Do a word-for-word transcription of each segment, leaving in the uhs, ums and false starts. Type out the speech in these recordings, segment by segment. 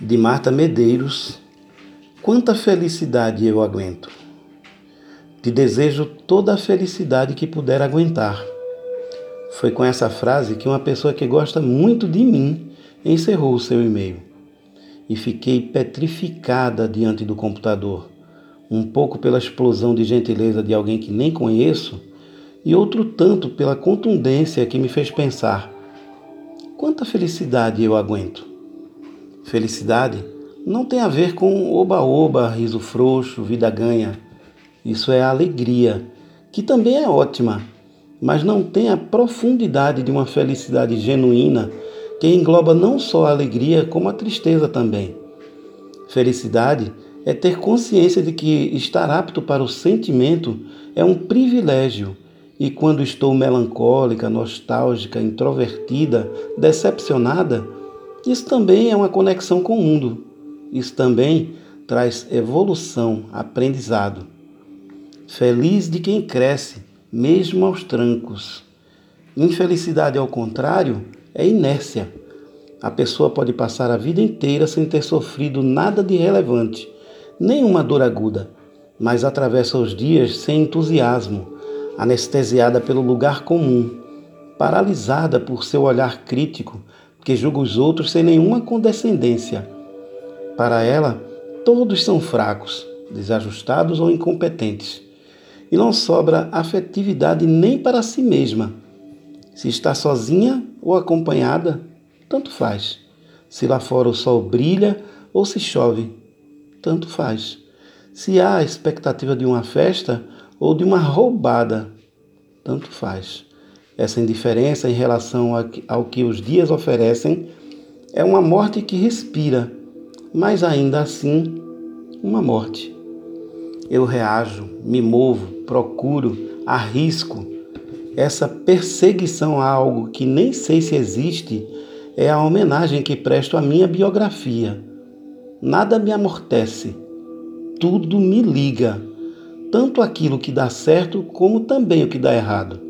De Marta Medeiros. Quanta felicidade eu aguento. Te desejo toda a felicidade que puder aguentar. Foi com essa frase que uma pessoa que gosta muito de mim encerrou o seu e-mail. E fiquei petrificada diante do computador, um pouco pela explosão de gentileza de alguém que nem conheço, e outro tanto pela contundência que me fez pensar: quanta felicidade eu aguento? Felicidade não tem a ver com oba-oba, riso frouxo, vida ganha. Isso é alegria, que também é ótima, mas não tem a profundidade de uma felicidade genuína que engloba não só a alegria, como a tristeza também. Felicidade é ter consciência de que estar apto para o sentimento é um privilégio, e quando estou melancólica, nostálgica, introvertida, decepcionada, isso também é uma conexão com o mundo. Isso também traz evolução, aprendizado. Feliz de quem cresce, mesmo aos trancos. Infelicidade, ao contrário, é inércia. A pessoa pode passar a vida inteira sem ter sofrido nada de relevante, nenhuma dor aguda, mas atravessa os dias sem entusiasmo, anestesiada pelo lugar comum, paralisada por seu olhar crítico, que julga os outros sem nenhuma condescendência. Para ela, todos são fracos, desajustados ou incompetentes. E não sobra afetividade nem para si mesma. Se está sozinha ou acompanhada, tanto faz. Se lá fora o sol brilha ou se chove, tanto faz. Se há a expectativa de uma festa ou de uma roubada, tanto faz. Essa indiferença em relação ao que os dias oferecem é uma morte que respira, mas ainda assim, uma morte. Eu reajo, me movo, procuro, arrisco. Essa perseguição a algo que nem sei se existe é a homenagem que presto à minha biografia. Nada me amortece, tudo me liga, tanto aquilo que dá certo como também o que dá errado.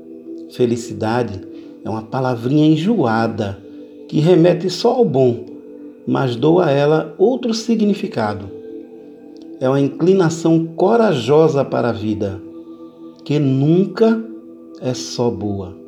Felicidade é uma palavrinha enjoada que remete só ao bom, mas dou a ela outro significado. É uma inclinação corajosa para a vida, que nunca é só boa.